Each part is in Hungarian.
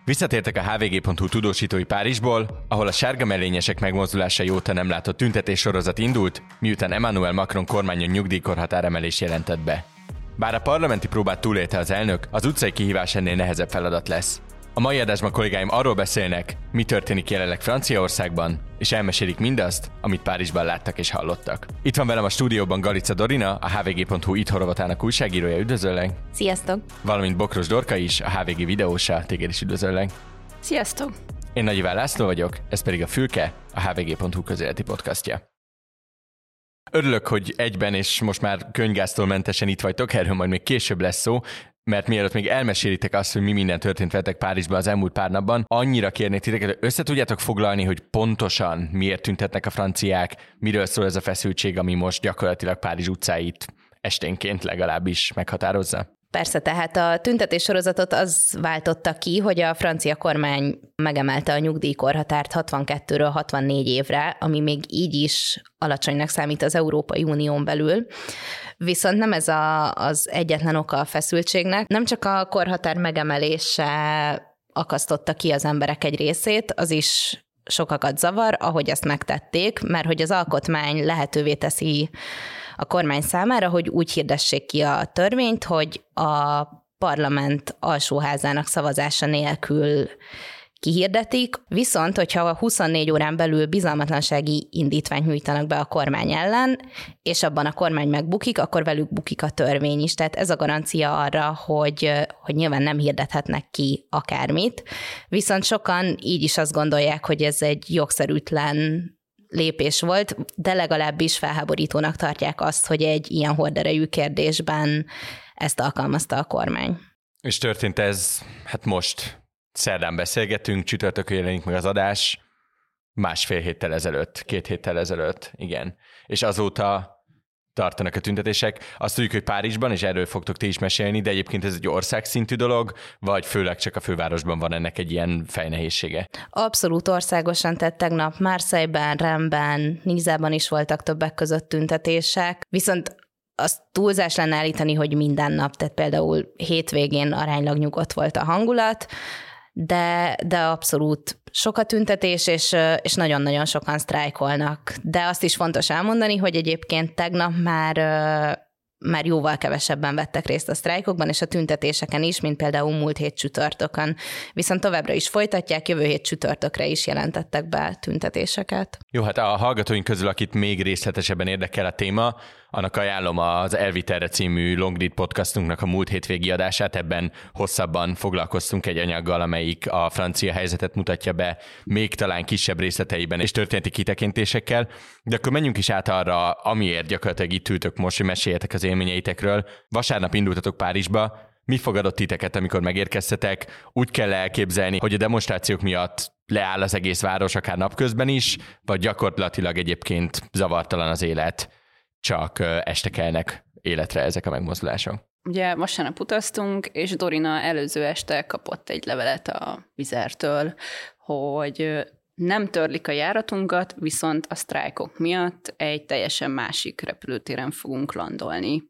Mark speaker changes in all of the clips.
Speaker 1: Visszatértek a hvg.hu tudósítói Párizsból, ahol a sárga mellényesek megmozdulásai óta nem látott tüntetés sorozat indult, miután Emmanuel Macron kormánya nyugdíjkorhatáremelés jelentett be. Bár a parlamenti próbát túlélte az elnök, az utcai kihívás ennél nehezebb feladat lesz. A mai adásban kollégáim arról beszélnek, mi történik jelenleg Franciaországban, és elmesélik mindazt, amit Párizsban láttak és hallottak. Itt van velem a stúdióban Galica Dorina, a hvg.hu itt rovatának újságírója, üdvözöllek!
Speaker 2: Sziasztok!
Speaker 1: Valamint Bokros Dorka is, a HVG videósa, téged is üdvözöllek!
Speaker 3: Sziasztok!
Speaker 1: Én Nagy Iván László vagyok, ez pedig a Fülke, a hvg.hu közéleti podcastja. Örülök, hogy egyben és most már könygáztól mentesen itt vagytok, erről majd még később lesz szó, mert mielőtt még elmesélitek azt, hogy mi minden történt veletek Párizsban az elmúlt pár napban, annyira kérnék titeket, hogy össze tudjátok foglalni, hogy pontosan miért tüntetnek a franciák, miről szól ez a feszültség, ami most gyakorlatilag Párizs utcáit esténként legalábbis meghatározza.
Speaker 2: Persze, tehát a tüntetéssorozatot az váltotta ki, hogy a francia kormány megemelte a nyugdíjkorhatárt 62-ről 64 évre, ami még így is alacsonynak számít az Európai Unión belül. Viszont nem ez az egyetlen oka a feszültségnek. Nem csak a korhatár megemelése akasztotta ki az emberek egy részét, az is sokakat zavar, ahogy ezt megtették, mert hogy az alkotmány lehetővé teszi a kormány számára, hogy úgy hirdessék ki a törvényt, hogy a parlament alsóházának szavazása nélkül kihirdetik, viszont hogyha 24 órán belül bizalmatlansági indítványt nyújtanak be a kormány ellen, és abban a kormány megbukik, akkor velük bukik a törvény is. Tehát ez a garancia arra, hogy nyilván nem hirdethetnek ki akármit, viszont sokan így is azt gondolják, hogy ez egy jogszerűtlen lépés volt, de legalábbis felháborítónak tartják azt, hogy egy ilyen horderejű kérdésben ezt alkalmazta a kormány.
Speaker 1: És történt ez, hát most szerdán beszélgetünk, csütörtökön jelenik meg az adás, 2 héttel ezelőtt, igen. És azóta tartanak a tüntetések. Azt tudjuk, hogy Párizsban, és erről fogtok ti is mesélni, de egyébként ez egy országszintű dolog, vagy főleg csak a fővárosban van ennek egy ilyen fejnehézsége?
Speaker 2: Abszolút országosan, tehát tegnap Marseille-ben, Rennesben, Nice-ban is voltak többek között tüntetések, viszont az túlzás lenne állítani, hogy minden nap, tehát például hétvégén aránylag nyugodt volt a hangulat, de abszolút sok a tüntetés, és nagyon-nagyon sokan sztrájkolnak. De azt is fontos elmondani, hogy egyébként tegnap már jóval kevesebben vettek részt a sztrájkokban, és a tüntetéseken is, mint például múlt hét csütörtökön. Viszont továbbra is folytatják, jövő hét csütörtökre is jelentettek be tüntetéseket.
Speaker 1: Jó, hát a hallgatóink közül, akit még részletesebben érdekel a téma, annak ajánlom az Elvitelre című Longread podcastunknak a múlt hétvégi adását, ebben hosszabban foglalkoztunk egy anyaggal, amelyik a francia helyzetet mutatja be, még talán kisebb részleteiben és történeti kitekintésekkel, de akkor menjünk is át arra, amiért gyakorlatilag itt ültök most, hogy meséljetek az élményeitekről. Vasárnap indultatok Párizsba, mi fogadott titeket, amikor megérkeztetek? Úgy kell elképzelni, hogy a demonstrációk miatt leáll az egész város, akár napközben is, vagy gyakorlatilag egyébként zavartalan az élet, csak este kelnek életre ezek a megmozdulások?
Speaker 3: Ugye vasárnap utaztunk, és Dorina előző este kapott egy levelet a Vizertől, hogy nem törlik a járatunkat, viszont a sztrájkok miatt egy teljesen másik repülőtéren fogunk landolni.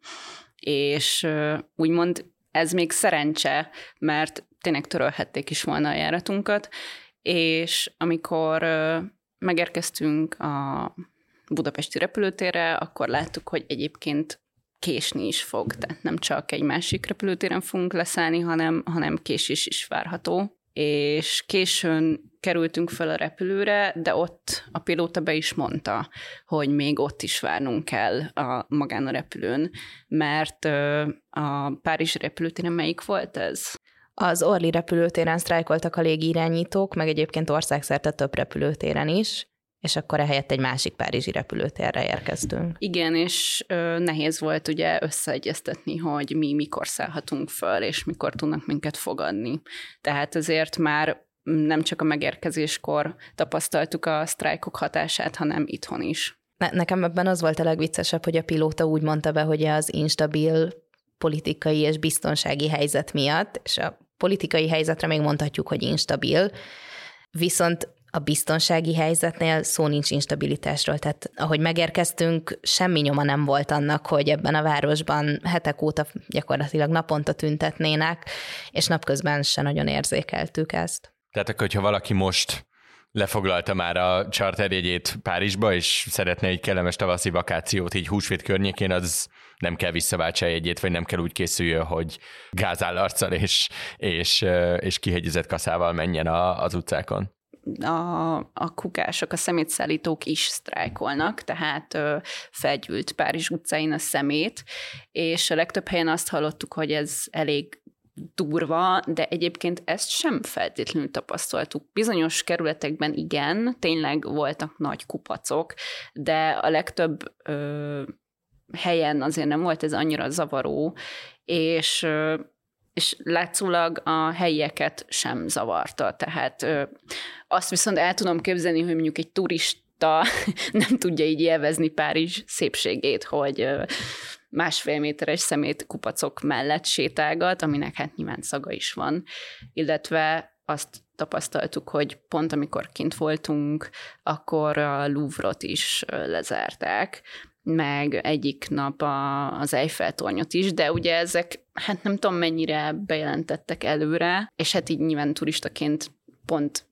Speaker 3: És úgymond ez még szerencse, mert tényleg törölhették is volna a járatunkat, és amikor megérkeztünk a budapesti repülőtérre, akkor láttuk, hogy egyébként késni is fog, tehát nem csak egy másik repülőtéren fogunk leszállni, hanem késés is várható. És későn kerültünk fel a repülőre, de ott a pilóta be is mondta, hogy még ott is várnunk kell magán a repülőn, mert a párizsi repülőtéren melyik volt ez?
Speaker 2: Az Orly repülőtéren sztrájkoltak a légirányítók, meg egyébként országszerte több repülőtéren is, és akkor ehelyett egy másik párizsi repülőtérre érkeztünk.
Speaker 3: Igen, és nehéz volt ugye összeegyeztetni, hogy mi mikor szállhatunk föl, és mikor tudnak minket fogadni. Tehát ezért már nem csak a megérkezéskor tapasztaltuk a sztrájkok hatását, hanem itthon is.
Speaker 2: Nekem ebben az volt a legviccesebb, hogy a pilóta úgy mondta be, hogy az instabil politikai és biztonsági helyzet miatt, és a politikai helyzetre még mondhatjuk, hogy instabil, viszont a biztonsági helyzetnél szó nincs instabilitásról. Tehát ahogy megérkeztünk, semmi nyoma nem volt annak, hogy ebben a városban hetek óta gyakorlatilag naponta tüntetnének, és napközben se nagyon érzékeltük ezt.
Speaker 1: Tehát akkor, hogyha valaki most lefoglalta már a charterjegyét Párizsba, és szeretne egy kellemes tavaszi vakációt így húsvét környékén, az nem kell visszaváltsa a jegyét, vagy nem kell úgy készüljön, hogy gázállarccal és kihegyezett kaszával menjen az utcákon.
Speaker 3: A kukások, a szemétszállítók is sztrájkolnak, tehát felgyűlt Párizs utcáin a szemét, és a legtöbb helyen azt hallottuk, hogy ez elég durva, de egyébként ezt sem feltétlenül tapasztaltuk. Bizonyos kerületekben igen, tényleg voltak nagy kupacok, de a legtöbb helyen azért nem volt ez annyira zavaró, és látszólag a helyieket sem zavarta. Tehát azt viszont el tudom képzelni, hogy mondjuk egy turista nem tudja így élvezni Párizs szépségét, hogy 1,5 méteres szemétkupacok mellett sétálgat, aminek hát nyilván szaga is van, illetve azt tapasztaltuk, hogy pont amikor kint voltunk, akkor a Louvre-ot is lezárták, meg egyik nap az Eiffel-tornyot is, de ugye ezek, hát nem tudom mennyire bejelentettek előre, és hát így nyilván turistaként pont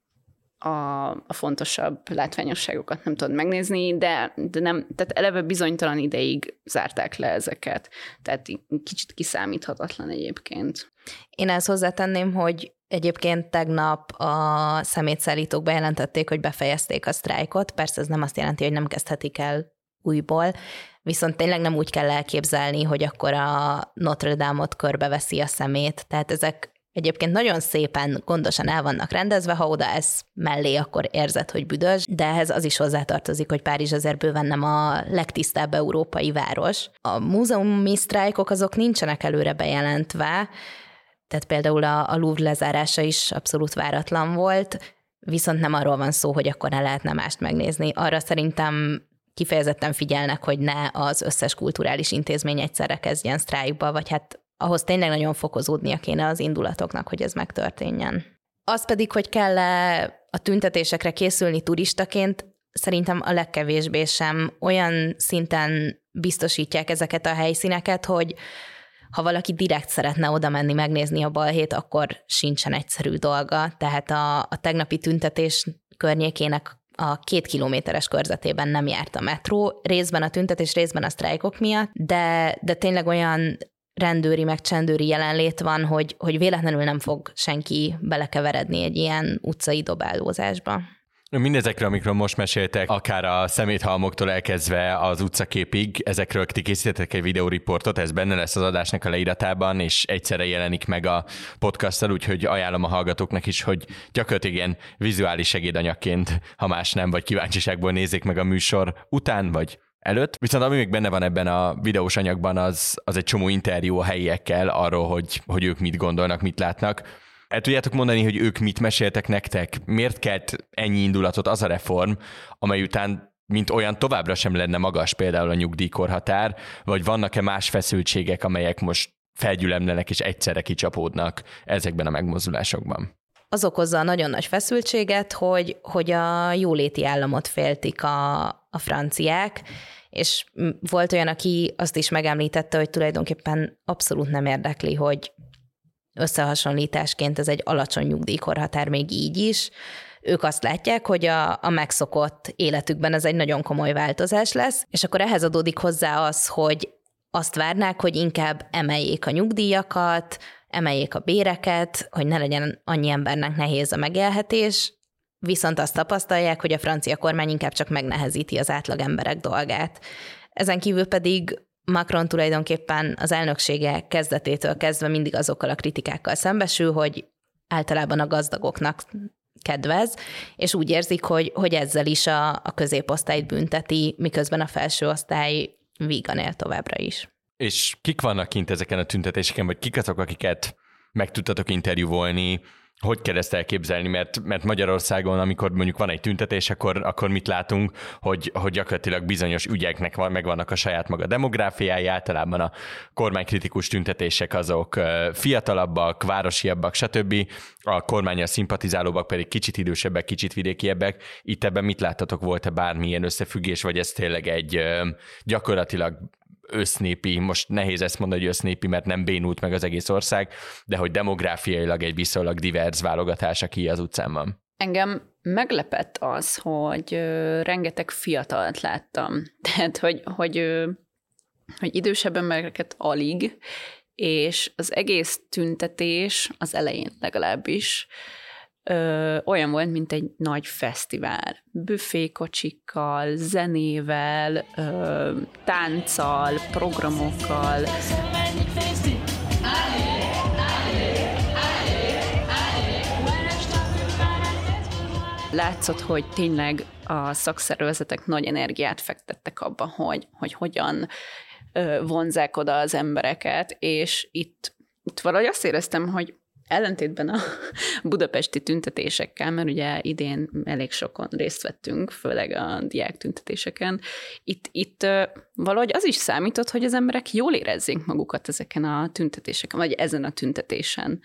Speaker 3: a fontosabb látványosságokat nem tudod megnézni, de nem, tehát eleve bizonytalan ideig zárták le ezeket. Tehát kicsit kiszámíthatatlan egyébként.
Speaker 2: Én ezt hozzátenném, hogy egyébként tegnap a szemétszállítók bejelentették, hogy befejezték a sztrájkot. Persze ez nem azt jelenti, hogy nem kezdhetik el újból, viszont tényleg nem úgy kell elképzelni, hogy akkor a Notre Dame-ot körbeveszi a szemét. Tehát ezek egyébként nagyon szépen, gondosan el vannak rendezve, ha oda ez mellé, akkor érzed, hogy büdös, de ehhez az is hozzátartozik, hogy Párizs azért bőven nem a legtisztább európai város. A múzeumi sztrájkok azok nincsenek előre bejelentve, tehát például a Louvre lezárása is abszolút váratlan volt, viszont nem arról van szó, hogy akkor ne lehetne mást megnézni. Arra szerintem kifejezetten figyelnek, hogy ne az összes kulturális intézmény egyszerre kezdjen sztrájkba, vagy hát ahhoz tényleg nagyon fokozódnia kéne az indulatoknak, hogy ez megtörténjen. Az pedig, hogy kell-e a tüntetésekre készülni turistaként, szerintem a legkevésbé sem. Olyan szinten biztosítják ezeket a helyszíneket, hogy ha valaki direkt szeretne oda menni megnézni a balhét, akkor sincsen egyszerű dolga. Tehát a tegnapi tüntetés környékének a 2 kilométeres körzetében nem járt a metró, részben a tüntetés, részben a sztrájkok miatt, de tényleg olyan rendőri meg csendőri jelenlét van, hogy véletlenül nem fog senki belekeveredni egy ilyen utcai dobálózásba.
Speaker 1: Mindezekről, amikről most meséltek, akár a szeméthalmoktól elkezdve az utcaképig, ezekről ti készítettek egy videóriportot, ez benne lesz az adásnak a leíratában, és egyszerre jelenik meg a podcasttal, úgyhogy ajánlom a hallgatóknak is, hogy gyakorlatilag ilyen vizuális segédanyagként, ha más nem, vagy kíváncsiságból nézzék meg a műsor után, vagy előtt. Viszont ami még benne van ebben a videós anyagban, az egy csomó interjú a helyiekkel arról, hogy ők mit gondolnak, mit látnak. El tudjátok mondani, hogy ők mit meséltek nektek? Miért kelt ennyi indulatot az a reform, amely után mint olyan továbbra sem lenne magas például a nyugdíjkorhatár, vagy vannak-e más feszültségek, amelyek most felgyülemlenek és egyszerre kicsapódnak ezekben a megmozdulásokban?
Speaker 2: Az okozza a nagyon nagy feszültséget, hogy a jóléti államot féltik a franciák, és volt olyan, aki azt is megemlítette, hogy tulajdonképpen abszolút nem érdekli, hogy összehasonlításként ez egy alacsony nyugdíjkorhatár még így is. Ők azt látják, hogy a megszokott életükben ez egy nagyon komoly változás lesz, és akkor ehhez adódik hozzá az, hogy azt várnák, hogy inkább emeljék a nyugdíjakat, emeljék a béreket, hogy ne legyen annyi embernek nehéz a megélhetés, viszont azt tapasztalják, hogy a francia kormány inkább csak megnehezíti az átlag emberek dolgát. Ezen kívül pedig Macron tulajdonképpen az elnöksége kezdetétől kezdve mindig azokkal a kritikákkal szembesül, hogy általában a gazdagoknak kedvez, és úgy érzik, hogy ezzel is a középosztályt bünteti, miközben a felső osztály vígan él továbbra is.
Speaker 1: És kik vannak kint ezeken a tüntetéseken, vagy kik azok, akiket meg tudtatok interjúvolni, hogy kell ezt elképzelni, mert Magyarországon, amikor mondjuk van egy tüntetés, akkor mit látunk, hogy gyakorlatilag bizonyos ügyeknek megvannak a saját maga demográfiái, általában a kormánykritikus tüntetések azok fiatalabbak, városiabbak, stb. A kormánnyal szimpatizálóbbak pedig kicsit idősebbek, kicsit vidékiebbek. Itt ebben mit láttatok, volt-e bármilyen összefüggés, vagy ez tényleg egy gyakorlatilag össznépi, most nehéz ezt mondani, hogy össznépi, mert nem bénult meg az egész ország, de hogy demográfiailag egy viszonylag divers válogatás, aki az utcán van.
Speaker 3: Engem meglepett az, hogy rengeteg fiatalt láttam. Tehát, hogy idősebb embereket alig, és az egész tüntetés az elején legalábbis olyan volt, mint egy nagy fesztivál. Büfékocsikkal, zenével, tánccal, programokkal. Látszott, hogy tényleg a szakszervezetek nagy energiát fektettek abba, hogy hogyan vonzzák oda az embereket, és itt valahogy azt éreztem, hogy ellentétben a budapesti tüntetésekkel, mert ugye idén elég sokan részt vettünk, főleg a diák tüntetéseken, itt valahogy az is számított, hogy az emberek jól érezzék magukat ezeken a tüntetéseken, vagy ezen a tüntetésen.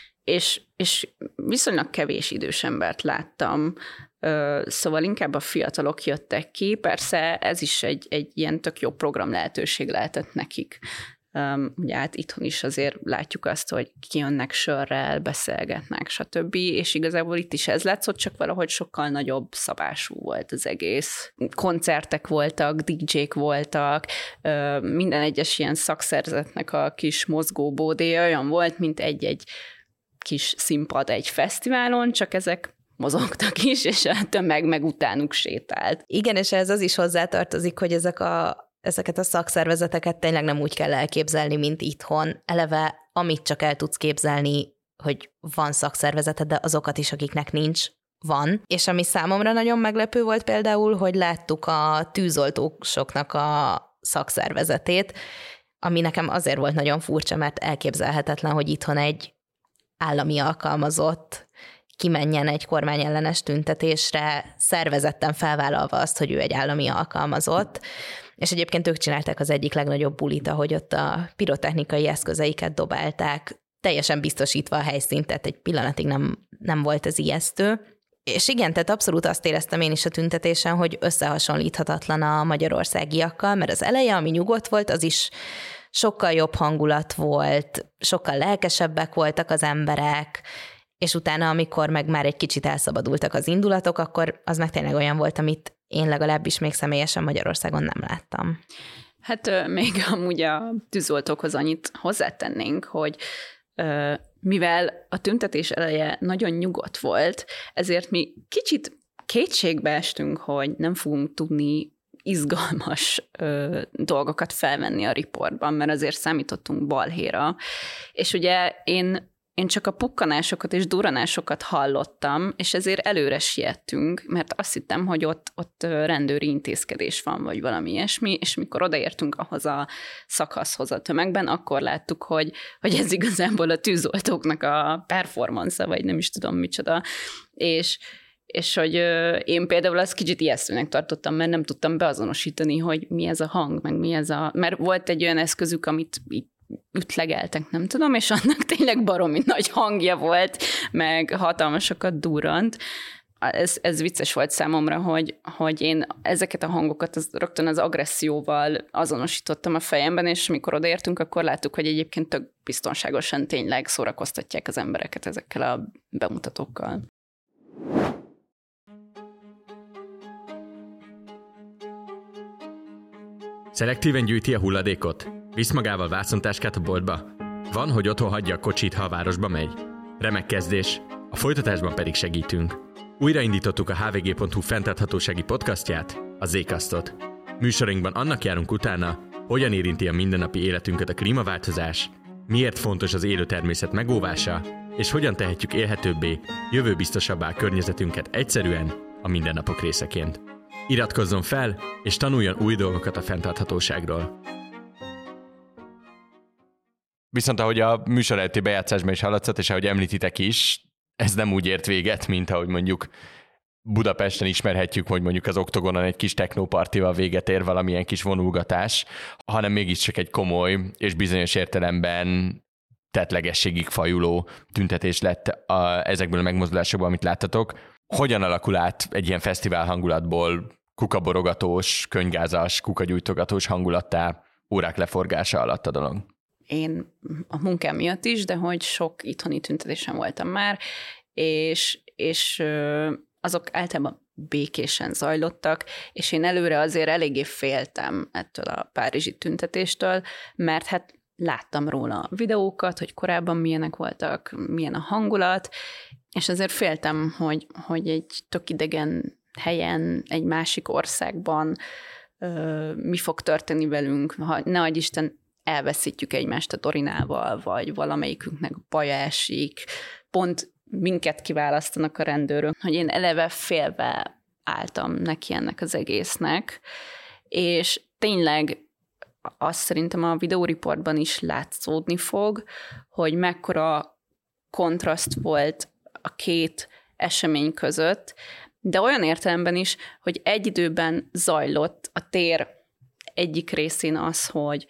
Speaker 3: És viszonylag kevés idős embert láttam, szóval inkább a fiatalok jöttek ki, persze ez is egy ilyen tök jó program lehetőség lehetett nekik. Ugye hát itthon is azért látjuk azt, hogy kijönnek sörrel, beszélgetnek, stb. És igazából itt is ez látszott, csak valahogy sokkal nagyobb szabású volt az egész. Koncertek voltak, DJ-k voltak, minden egyes ilyen szakszervezetnek a kis mozgóbódéja olyan volt, mint egy kis színpad egy fesztiválon, csak ezek mozogtak is, és a tömeg meg utánuk sétált.
Speaker 2: Igen, és ez az is hozzátartozik, hogy ezeket a szakszervezeteket tényleg nem úgy kell elképzelni, mint itthon. Eleve, amit csak el tudsz képzelni, hogy van szakszervezeted, de azokat is, akiknek nincs, van. És ami számomra nagyon meglepő volt például, hogy láttuk a tűzoltósoknak a szakszervezetét, ami nekem azért volt nagyon furcsa, mert elképzelhetetlen, hogy itthon egy állami alkalmazott kimenjen egy kormányellenes tüntetésre, szervezetten felvállalva azt, hogy ő egy állami alkalmazott, és egyébként ők csinálták az egyik legnagyobb bulit, ahogy ott a pirotechnikai eszközeiket dobálták, teljesen biztosítva a helyszínt, tehát egy pillanatig nem volt ez ijesztő. És igen, tehát abszolút azt éreztem én is a tüntetésen, hogy összehasonlíthatatlan a magyarországiakkal, mert az eleje, ami nyugodt volt, az is sokkal jobb hangulat volt, sokkal lelkesebbek voltak az emberek, és utána, amikor meg már egy kicsit elszabadultak az indulatok, akkor az meg tényleg olyan volt, amit én legalábbis még személyesen Magyarországon nem láttam.
Speaker 3: Hát még amúgy a tűzoltókhoz annyit hozzátennénk, hogy mivel a tüntetés eleje nagyon nyugodt volt, ezért mi kicsit kétségbe estünk, hogy nem fogunk tudni izgalmas dolgokat felvenni a riportban, mert azért számítottunk balhéra. És ugye én csak a pukkanásokat és durranásokat hallottam, és ezért előre siettünk, mert azt hittem, hogy ott rendőri intézkedés van, vagy valami ilyesmi, és mikor odaértünk ahhoz a szakaszhoz a tömegben, akkor láttuk, hogy ez igazából a tűzoltóknak a performance, vagy nem is tudom micsoda, és hogy én például azt kicsit ijesztőnek tartottam, mert nem tudtam beazonosítani, hogy mi ez a hang, meg mi ez a... Mert volt egy olyan eszközük, amit így ütlegeltek, nem tudom, és annak tényleg baromi nagy hangja volt, meg hatalmasokat durrant. Ez vicces volt számomra, hogy én ezeket a hangokat rögtön az agresszióval azonosítottam a fejemben, és mikor odaértünk, akkor láttuk, hogy egyébként tök biztonságosan tényleg szórakoztatják az embereket ezekkel a bemutatókkal.
Speaker 1: Szelektíven gyűjti a hulladékot? Visz magával vászontáskát a boltba? Van, hogy otthon hagyja a kocsit, ha a városba megy? Remek kezdés, a folytatásban pedig segítünk. Újraindítottuk a hvg.hu fenntarthatósági podcastját, a Zcastot. Műsorunkban annak járunk utána, hogyan érinti a mindennapi életünket a klímaváltozás, miért fontos az élő természet megóvása, és hogyan tehetjük élhetőbbé, jövőbiztosabbá a környezetünket egyszerűen a mindennapok részeként. Iratkozzon fel, és tanuljon új dolgokat a fenntarthatóságról. Viszont ahogy a műsor előtti bejátszásban is hallatszott, és ahogy említitek is, ez nem úgy ért véget, mint ahogy mondjuk Budapesten ismerhetjük, hogy mondjuk az Oktogonon egy kis technópartival véget ér valamilyen kis vonulgatás, hanem mégiscsak egy komoly és bizonyos értelemben tettlegességig fajuló tüntetés lett ezekből a megmozdulásokból, amit láttatok. Hogyan alakul át egy ilyen fesztivál hangulatból kukaborogatós, könygázas, kukagyújtogatós hangulattá órák leforgása alatt a dolog?
Speaker 3: Én a munkám miatt is, de hogy sok itthoni tüntetésen voltam már, és azok általában békésen zajlottak, és én előre azért eléggé féltem ettől a párizsi tüntetéstől, mert hát láttam róla videókat, hogy korábban milyenek voltak, milyen a hangulat, és azért féltem, hogy egy tök idegen helyen, egy másik országban mi fog történni velünk, ha ne adj Isten elveszítjük egymást a Dorinával, vagy valamelyikünknek baja esik, pont minket kiválasztanak a rendőrök, hogy én eleve félve álltam neki ennek az egésznek, és tényleg azt szerintem a videóriportban is látszódni fog, hogy mekkora kontraszt volt a két esemény között, de olyan értelemben is, hogy egy időben zajlott a tér egyik részén az, hogy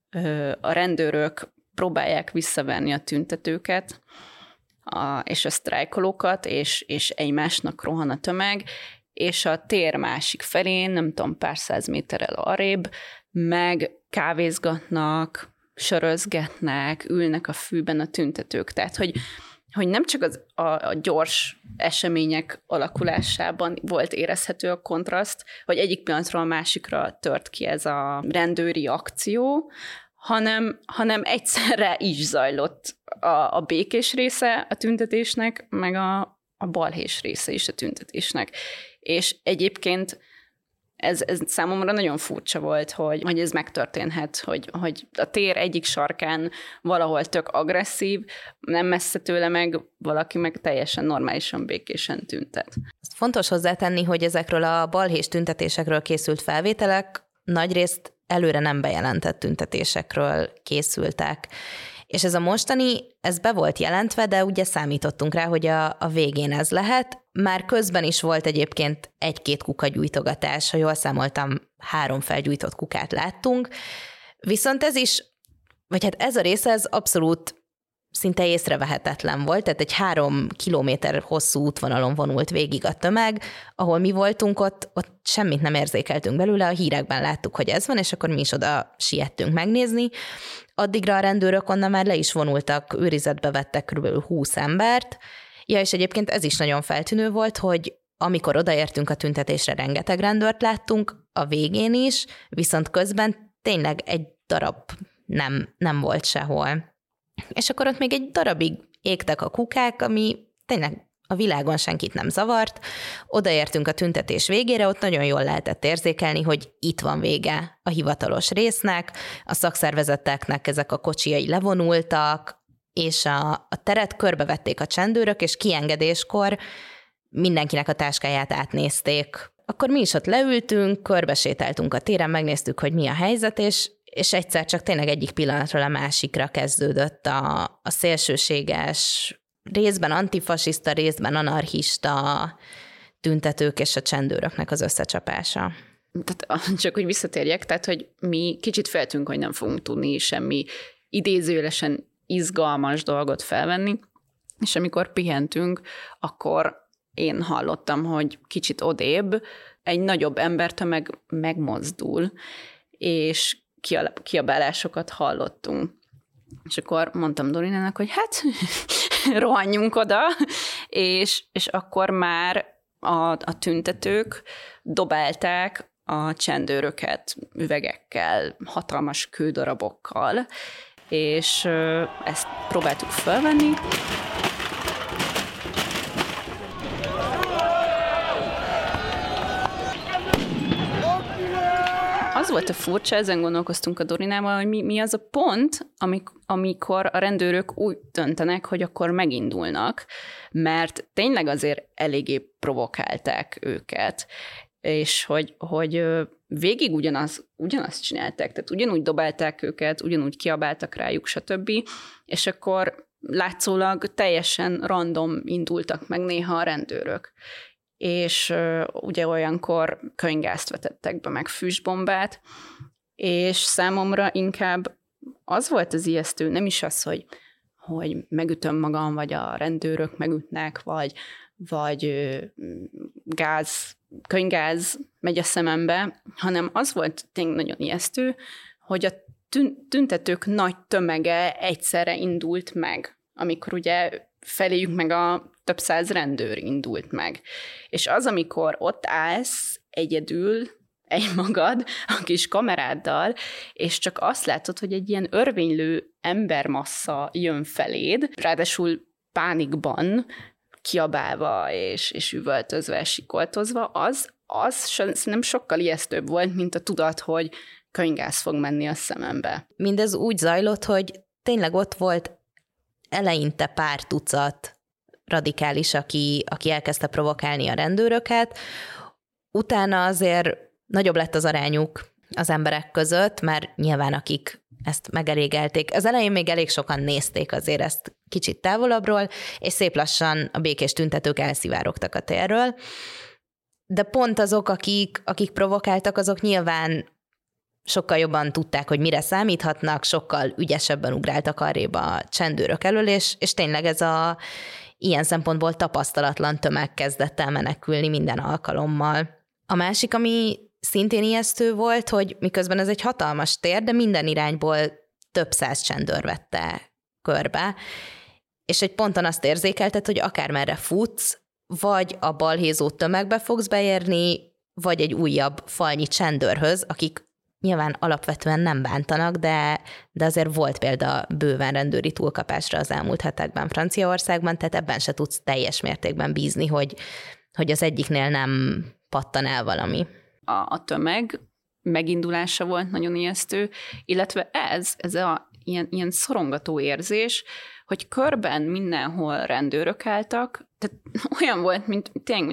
Speaker 3: a rendőrök próbálják visszaverni a tüntetőket, és a sztrájkolókat, és egymásnak rohan a tömeg, és a tér másik felén, nem tudom, pár száz méterrel arrébb, meg kávézgatnak, sörözgetnek, ülnek a fűben a tüntetők. Tehát, hogy nem csak a gyors események alakulásában volt érezhető a kontraszt, hogy egyik pillanatról a másikra tört ki ez a rendőri akció, hanem egyszerre is zajlott a békés része a tüntetésnek, meg a balhés része is a tüntetésnek. És egyébként ez számomra nagyon furcsa volt, hogy ez megtörténhet, hogy a tér egyik sarkán valahol tök agresszív, nem messze tőle meg valaki meg teljesen normálisan, békésen tüntet.
Speaker 2: Fontos hozzátenni, hogy ezekről a balhés tüntetésekről készült felvételek nagyrészt előre nem bejelentett tüntetésekről készültek. És ez a mostani, ez be volt jelentve, de ugye számítottunk rá, hogy a végén ez lehet. Már közben is volt egyébként 1-2 kukagyújtogatás, ha jól számoltam, 3 felgyújtott kukát láttunk. Viszont ez is, vagy hát ez a része, ez abszolút szinte észrevehetetlen volt, tehát egy 3 kilométer hosszú útvonalon vonult végig a tömeg, ahol mi voltunk, ott semmit nem érzékeltünk belőle, a hírekben láttuk, hogy ez van, és akkor mi is oda siettünk megnézni. Addigra a rendőrök onnan már le is vonultak, őrizetbe vettek kb. 20 embert. Ja, és egyébként ez is nagyon feltűnő volt, hogy amikor odaértünk a tüntetésre, rengeteg rendőrt láttunk, a végén is, viszont közben tényleg egy darab nem volt sehol. És akkor ott még egy darabig égtek a kukák, ami tényleg a világon senkit nem zavart. Odaértünk a tüntetés végére, ott nagyon jól lehetett érzékelni, hogy itt van vége a hivatalos résznek, a szakszervezeteknek ezek a kocsijai levonultak, és a teret körbevették a csendőrök, és kiengedéskor mindenkinek a táskáját átnézték. Akkor mi is ott leültünk, körbesétáltunk a téren, megnéztük, hogy mi a helyzet, és egyszer csak tényleg egyik pillanatról a másikra kezdődött a szélsőséges, részben antifasiszta, részben anarchista tüntetők és a csendőröknek az összecsapása.
Speaker 3: Tehát csak hogy visszatérjek, tehát hogy mi kicsit féltünk, hogy nem fogunk tudni semmi idézőjelesen izgalmas dolgot felvenni, és amikor pihentünk, akkor én hallottam, hogy kicsit odébb egy nagyobb embertömeg megmozdul, és kiabálásokat hallottunk. És akkor mondtam Dorinának, hogy hát rohanjunk oda, és akkor már a tüntetők dobálták a csendőröket üvegekkel, hatalmas kődarabokkal, és ezt próbáltuk felvenni. Az volt a furcsa, ezen gondolkoztunk a Dorinával, hogy mi az a pont, amikor a rendőrök úgy döntenek, hogy akkor megindulnak, mert tényleg azért eléggé provokálták őket, és hogy végig ugyanazt csinálták, tehát ugyanúgy dobálták őket, ugyanúgy kiabáltak rájuk, stb. És akkor látszólag teljesen random indultak meg néha a rendőrök. És ugye olyankor könyvgázt vetettek be, meg füstbombát, és számomra inkább az volt az ijesztő, nem is az, hogy megütöm magam, vagy a rendőrök megütnek, vagy könyvgáz megy a szemembe, hanem az volt tényleg nagyon ijesztő, hogy a tüntetők nagy tömege egyszerre indult meg, amikor ugye feléjük meg a több száz rendőr indult meg. És az, amikor ott állsz egyedül, egymagad, a kis kameráddal, és csak azt látod, hogy egy ilyen örvénylő embermassza jön feléd, ráadásul pánikban, kiabálva és üvöltözve, sikoltozva, az nem sokkal ijesztőbb volt, mint a tudat, hogy könyvgáz fog menni a szemembe.
Speaker 2: Mindez úgy zajlott, hogy tényleg ott volt eleinte pár tucat radikális, aki elkezdte provokálni a rendőröket. Utána azért nagyobb lett az arányuk az emberek között, mert nyilván akik ezt megelégelték. Az elején még elég sokan nézték azért ezt kicsit távolabbról, és szép lassan a békés tüntetők elszivárogtak a térről. De pont azok, akik provokáltak, azok nyilván sokkal jobban tudták, hogy mire számíthatnak, sokkal ügyesebben ugráltak arrébb a csendőrök elől, és tényleg ez ilyen szempontból tapasztalatlan tömeg kezdett el menekülni minden alkalommal. A másik, ami szintén ijesztő volt, hogy miközben ez egy hatalmas tér, de minden irányból több száz csendőr vette körbe, és egy ponton azt érzékelted, hogy akármerre futsz, vagy a balhézó tömegbe fogsz beérni, vagy egy újabb falnyi csendőrhöz, akik nyilván alapvetően nem bántanak, de azért volt példa bőven rendőri túlkapásra az elmúlt hetekben Franciaországban, tehát ebben se tudsz teljes mértékben bízni, hogy az egyiknél nem pattan el valami.
Speaker 3: A tömeg megindulása volt nagyon ijesztő, illetve ez a ilyen szorongató érzés, hogy körben mindenhol rendőrök álltak, tehát olyan volt, mint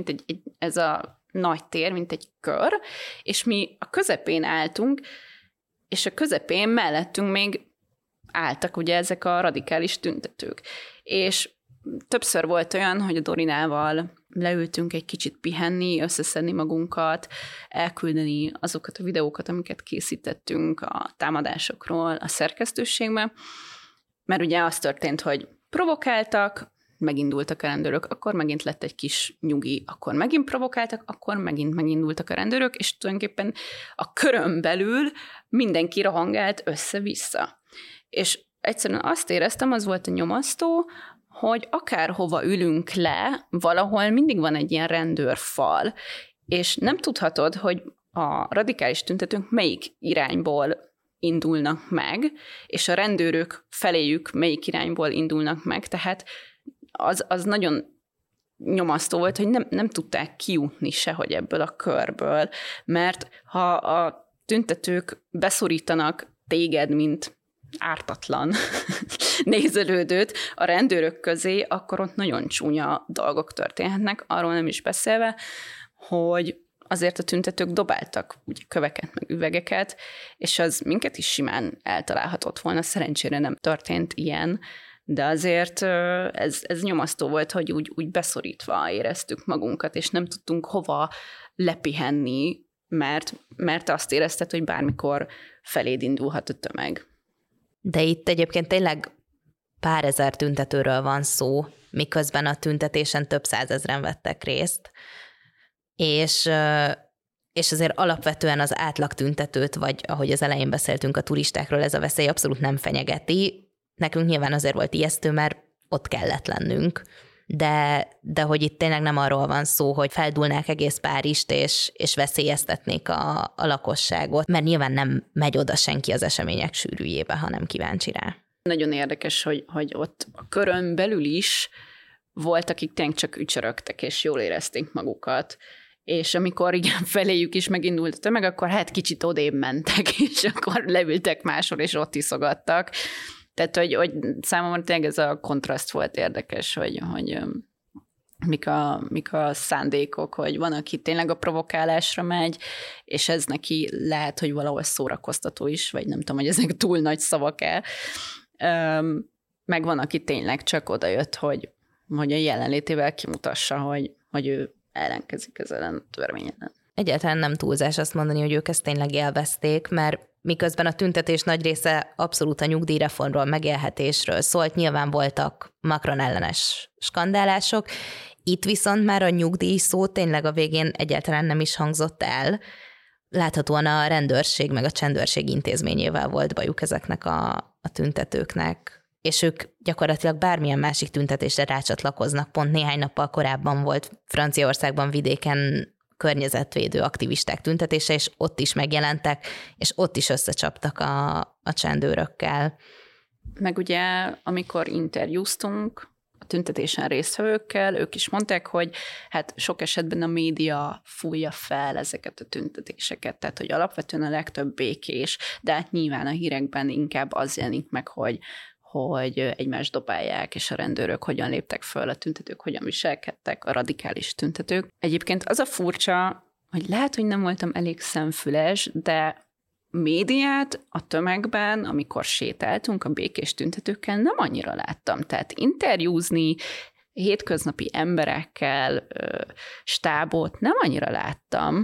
Speaker 3: ez a nagy tér, mint egy kör, és mi a közepén álltunk, és a közepén mellettünk még álltak ugye ezek a radikális tüntetők. És többször volt olyan, hogy a Dorinával leültünk egy kicsit pihenni, összeszedni magunkat, elküldeni azokat a videókat, amiket készítettünk a támadásokról a szerkesztőségbe, mert ugye az történt, hogy provokáltak, megindultak a rendőrök, akkor megint lett egy kis nyugi, akkor megint provokáltak, akkor megint megindultak a rendőrök, és tulajdonképpen a körön belül mindenki rohangált össze-vissza. És egyszerűen azt éreztem, az volt a nyomasztó, hogy akárhova ülünk le, valahol mindig van egy ilyen rendőrfal, és nem tudhatod, hogy a radikális tüntetők melyik irányból indulnak meg, és a rendőrök feléjük melyik irányból indulnak meg, tehát az nagyon nyomasztó volt, hogy nem tudták kijutni sehogy ebből a körből, mert ha a tüntetők beszorítanak téged, mint ártatlan nézelődőt a rendőrök közé, akkor ott nagyon csúnya dolgok történhetnek, arról nem is beszélve, hogy azért a tüntetők dobáltak ugye köveket, meg üvegeket, és az minket is simán eltalálhatott volna, szerencsére nem történt ilyen, de azért ez nyomasztó volt, hogy úgy beszorítva éreztük magunkat, és nem tudtunk hova lepihenni, mert azt érezted, hogy bármikor feléd indulhat a tömeg.
Speaker 2: De itt egyébként tényleg pár ezer tüntetőről van szó, miközben a tüntetésen több százezren vettek részt, és azért alapvetően az átlag tüntetőt, vagy ahogy az elején beszéltünk a turistákról, ez a veszély abszolút nem fenyegeti. Nekünk nyilván azért volt ijesztő, mert ott kellett lennünk, de hogy itt tényleg nem arról van szó, hogy feldúlnák egész Párizst, és veszélyeztetnék a lakosságot, mert nyilván nem megy oda senki az események sűrűjébe, hanem kíváncsi rá.
Speaker 3: Nagyon érdekes, hogy ott a körön belül is volt, akik tényleg csak ücsörögtek, és jól érezték magukat. És amikor igen, feléjük is megindult a tömeg, akkor hát kicsit odébb mentek, és akkor leültek máshol, és ott iszogattak. Tehát, hogy számomra tényleg ez a kontraszt volt érdekes, hogy mik a szándékok, hogy van, aki tényleg a provokálásra megy, és ez neki lehet, hogy valahol szórakoztató is, vagy nem tudom, hogy ezek túl nagy szavak-e. meg van, aki tényleg csak odajött, hogy a jelenlétével kimutassa, hogy ő ellenkezik ezzel a törvényen.
Speaker 2: Egyáltalán nem túlzás azt mondani, hogy ők ezt tényleg élvezték, mert miközben a tüntetés nagy része abszolút a nyugdíjreformról, megélhetésről szólt, nyilván voltak Macron ellenes skandálások, itt viszont már a nyugdíj szó tényleg a végén egyáltalán nem is hangzott el. Láthatóan a rendőrség meg a csendőrség intézményével volt bajuk ezeknek a tüntetőknek, és ők gyakorlatilag bármilyen másik tüntetésre rácsatlakoznak. Pont néhány nappal korábban volt Franciaországban vidéken környezetvédő aktivisták tüntetése, és ott is megjelentek, és ott is összecsaptak a csendőrökkel.
Speaker 3: Meg ugye, amikor interjúztunk a tüntetésen résztvevőkkel, ők is mondták, hogy hát sok esetben a média fújja fel ezeket a tüntetéseket, tehát hogy alapvetően a legtöbb békés, de hát nyilván a hírekben inkább az jelenik meg, hogy egymást dobálják, és a rendőrök hogyan léptek föl, a tüntetők hogyan viselkedtek, a radikális tüntetők. Egyébként az a furcsa, hogy lehet, hogy nem voltam elég szemfüles, de médiát a tömegben, amikor sétáltunk a békés tüntetőkkel, nem annyira láttam. Tehát interjúzni hétköznapi emberekkel, stábot nem annyira láttam.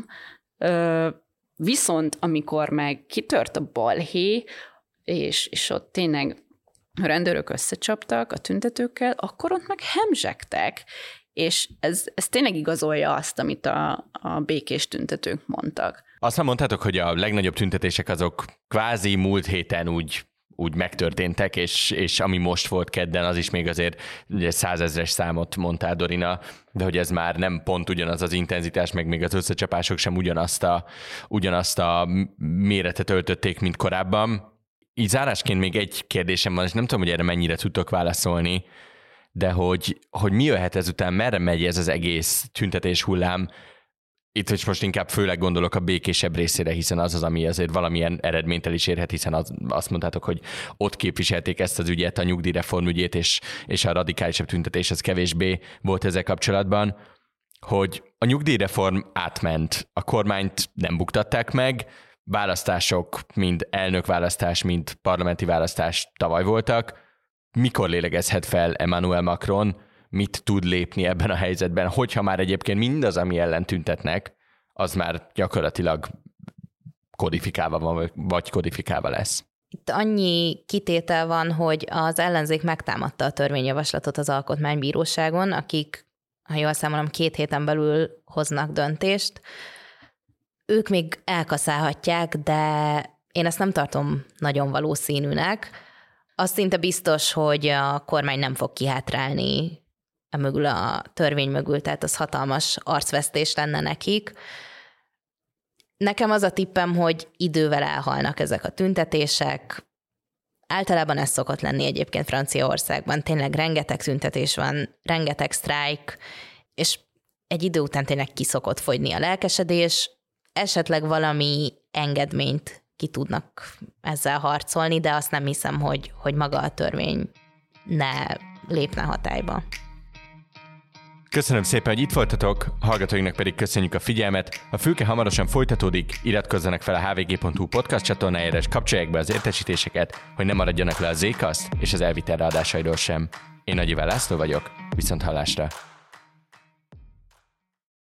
Speaker 3: Viszont amikor meg kitört a balhé, és ott tényleg a rendőrök összecsaptak a tüntetőkkel, akkor ott meg hemzsegtek, és ez tényleg igazolja azt, amit a békés tüntetők mondtak.
Speaker 1: Azt mondtátok, hogy a legnagyobb tüntetések azok kvázi múlt héten úgy megtörténtek, és ami most volt kedden, az is még azért 100 000-es számot mondtál, Dorina, de hogy ez már nem pont ugyanaz az intenzitás, meg még az összecsapások sem ugyanazt a méretet öltötték, mint korábban. Így zárásként még egy kérdésem van, és nem tudom, hogy erre mennyire tudtok válaszolni, de hogy mi jöhet ezután, merre megy ez az egész tüntetés hullám? Itt most inkább főleg gondolok a békésebb részére, hiszen az, ami azért valamilyen eredményt el is érhet, hiszen azt mondtátok, hogy ott képviselték ezt az ügyet, a nyugdíjreform ügyét, és a radikálisabb tüntetés az kevésbé volt ezzel kapcsolatban, hogy a nyugdíjreform átment, a kormányt nem buktatták meg, választások, mind elnökválasztás, mind parlamenti választás tavaly voltak. Mikor lélegezhet fel Emmanuel Macron, mit tud lépni ebben a helyzetben, hogyha már egyébként mindaz, ami ellen tüntetnek, az már gyakorlatilag kodifikálva van, vagy kodifikálva lesz.
Speaker 2: Itt annyi kitétel van, hogy az ellenzék megtámadta a törvényjavaslatot az Alkotmánybíróságon, akik, ha jól számolom, 2 héten belül hoznak döntést. Ők még elkaszálhatják, de én ezt nem tartom nagyon valószínűnek. Az szinte biztos, hogy a kormány nem fog kihátrálni mögül a törvény mögül, tehát az hatalmas arcvesztés lenne nekik. Nekem az a tippem, hogy idővel elhalnak ezek a tüntetések. Általában ez szokott lenni egyébként Franciaországban. Tényleg rengeteg tüntetés van, rengeteg sztrájk, és egy idő után tényleg ki szokott fogyni a lelkesedés, esetleg valami engedményt ki tudnak ezzel harcolni, de azt nem hiszem, hogy maga a törvény ne lépne hatályba.
Speaker 1: Köszönöm szépen, hogy itt voltatok, hallgatóinknak pedig köszönjük a figyelmet. A Fülke hamarosan folytatódik, iratkozzanak fel a hvg.hu podcast csatornájára, és kapcsolják be az értesítéseket, hogy ne maradjanak le a Zcast és az Elviterre adásairól sem. Én Nagy Iván László vagyok, viszont hallásra!